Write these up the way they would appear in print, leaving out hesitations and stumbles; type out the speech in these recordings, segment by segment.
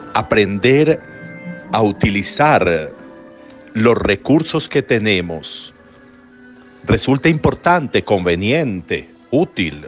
aprender a utilizar los recursos que tenemos resulta importante, conveniente, útil.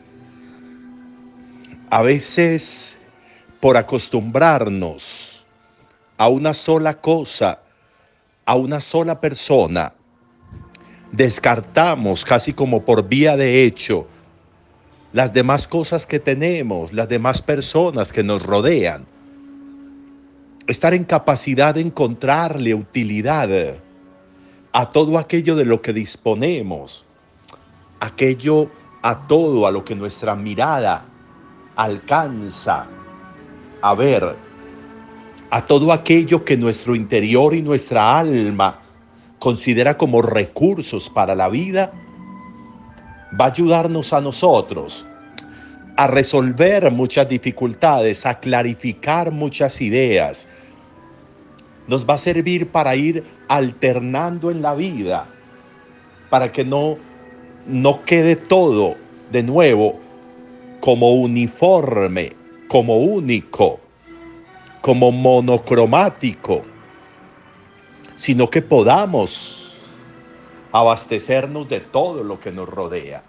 A veces, por acostumbrarnos a una sola cosa, a una sola persona, descartamos casi como por vía de hecho las demás cosas que tenemos, las demás personas que nos rodean. Estar en capacidad de encontrarle utilidad a todo aquello de lo que disponemos, aquello a todo a lo que nuestra mirada alcanza a ver, a todo aquello que nuestro interior y nuestra alma considera como recursos para la vida, va a ayudarnos a nosotros a resolver muchas dificultades, a clarificar muchas ideas. Nos va a servir para ir alternando en la vida, para que no quede todo de nuevo como uniforme, como único, como monocromático, sino que podamos abastecernos de todo lo que nos rodea.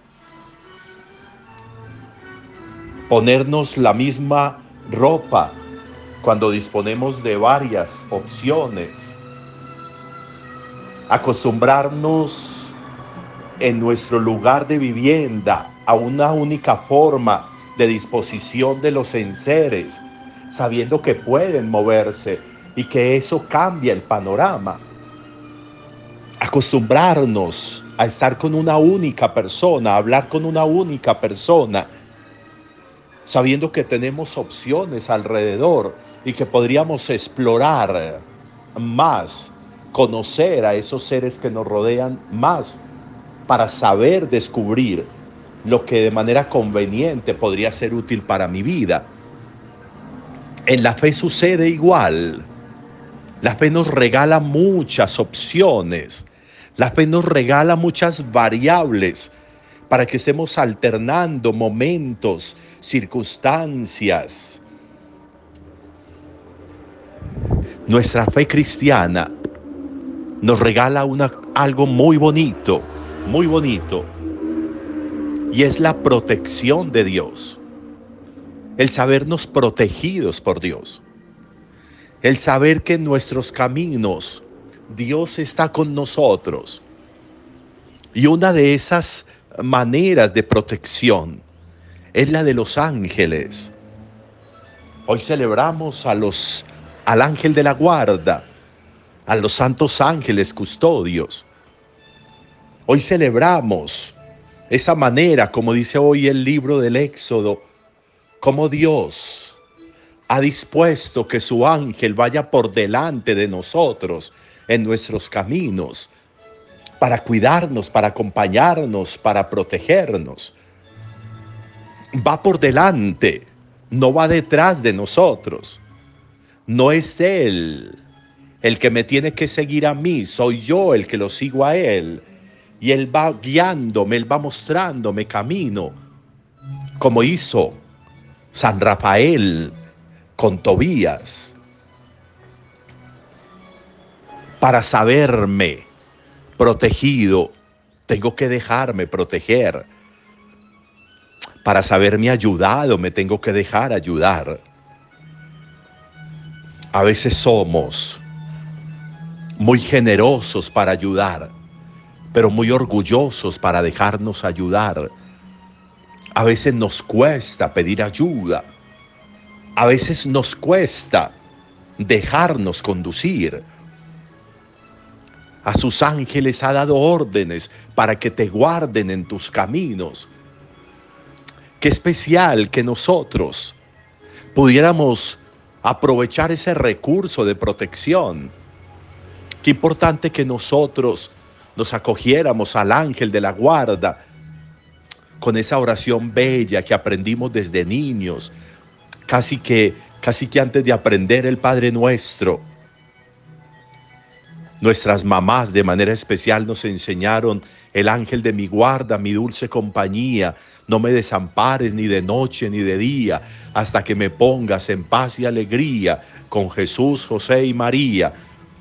Ponernos la misma ropa cuando disponemos de varias opciones. Acostumbrarnos en nuestro lugar de vivienda a una única forma de disposición de los enseres, sabiendo que pueden moverse y que eso cambia el panorama. Acostumbrarnos a estar con una única persona, a hablar con una única persona, sabiendo que tenemos opciones alrededor y que podríamos explorar más, conocer a esos seres que nos rodean más, para saber descubrir lo que de manera conveniente podría ser útil para mi vida. En la fe sucede igual. La fe nos regala muchas opciones. La fe nos regala muchas variables para que estemos alternando momentos, circunstancias. Nuestra fe cristiana nos regala algo muy bonito, y es la protección de Dios. El sabernos protegidos por Dios. El saber que en nuestros caminos Dios está con nosotros. Y una de esas maneras de protección es la de los ángeles. Hoy celebramos al ángel de la guarda, a los santos ángeles custodios. Hoy celebramos esa manera, como dice hoy el libro del Éxodo, como Dios ha dispuesto que su ángel vaya por delante de nosotros en nuestros caminos, para cuidarnos, para acompañarnos, para protegernos. Va por delante, no va detrás de nosotros. No es Él el que me tiene que seguir a mí, soy yo el que lo sigo a Él. Y Él va guiándome, Él va mostrándome camino, como hizo San Rafael con Tobías, para saberme protegido, tengo que dejarme proteger. Para saberme ayudado, me tengo que dejar ayudar. A veces somos muy generosos para ayudar, pero muy orgullosos para dejarnos ayudar. A veces nos cuesta pedir ayuda. A veces nos cuesta dejarnos conducir. A sus ángeles ha dado órdenes para que te guarden en tus caminos. Qué especial que nosotros pudiéramos aprovechar ese recurso de protección. Qué importante que nosotros nos acogiéramos al ángel de la guarda con esa oración bella que aprendimos desde niños, casi que antes de aprender el Padre Nuestro. Nuestras mamás de manera especial nos enseñaron: el ángel de mi guarda, mi dulce compañía, no me desampares ni de noche ni de día, hasta que me pongas en paz y alegría con Jesús, José y María.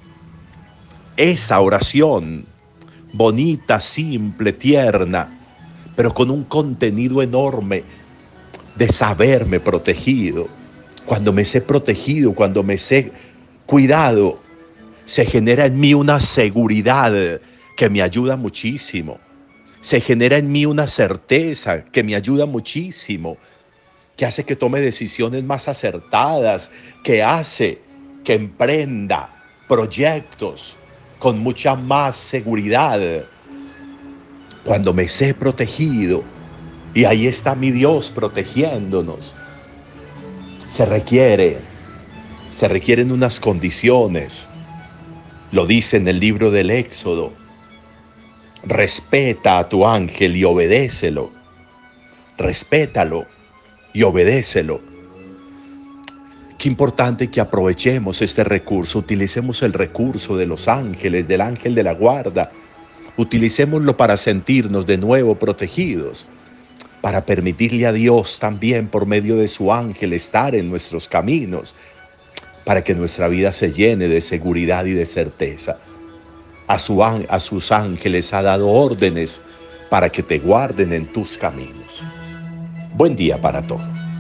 Esa oración, bonita, simple, tierna, pero con un contenido enorme de saberme protegido. Cuando me sé protegido, cuando me sé cuidado, se genera en mí una seguridad que me ayuda muchísimo. Se genera en mí una certeza que me ayuda muchísimo, que hace que tome decisiones más acertadas, que hace que emprenda proyectos con mucha más seguridad. Cuando me sé protegido, y ahí está mi Dios protegiéndonos, se requieren unas condiciones. Lo dice en el libro del Éxodo: respeta a tu ángel y obedécelo. Respétalo y obedécelo. Qué importante que aprovechemos este recurso, utilicemos el recurso de los ángeles, del ángel de la guarda. Utilicémoslo para sentirnos de nuevo protegidos, para permitirle a Dios también por medio de su ángel estar en nuestros caminos, para que nuestra vida se llene de seguridad y de certeza. A sus ángeles ha dado órdenes para que te guarden en tus caminos. Buen día para todos.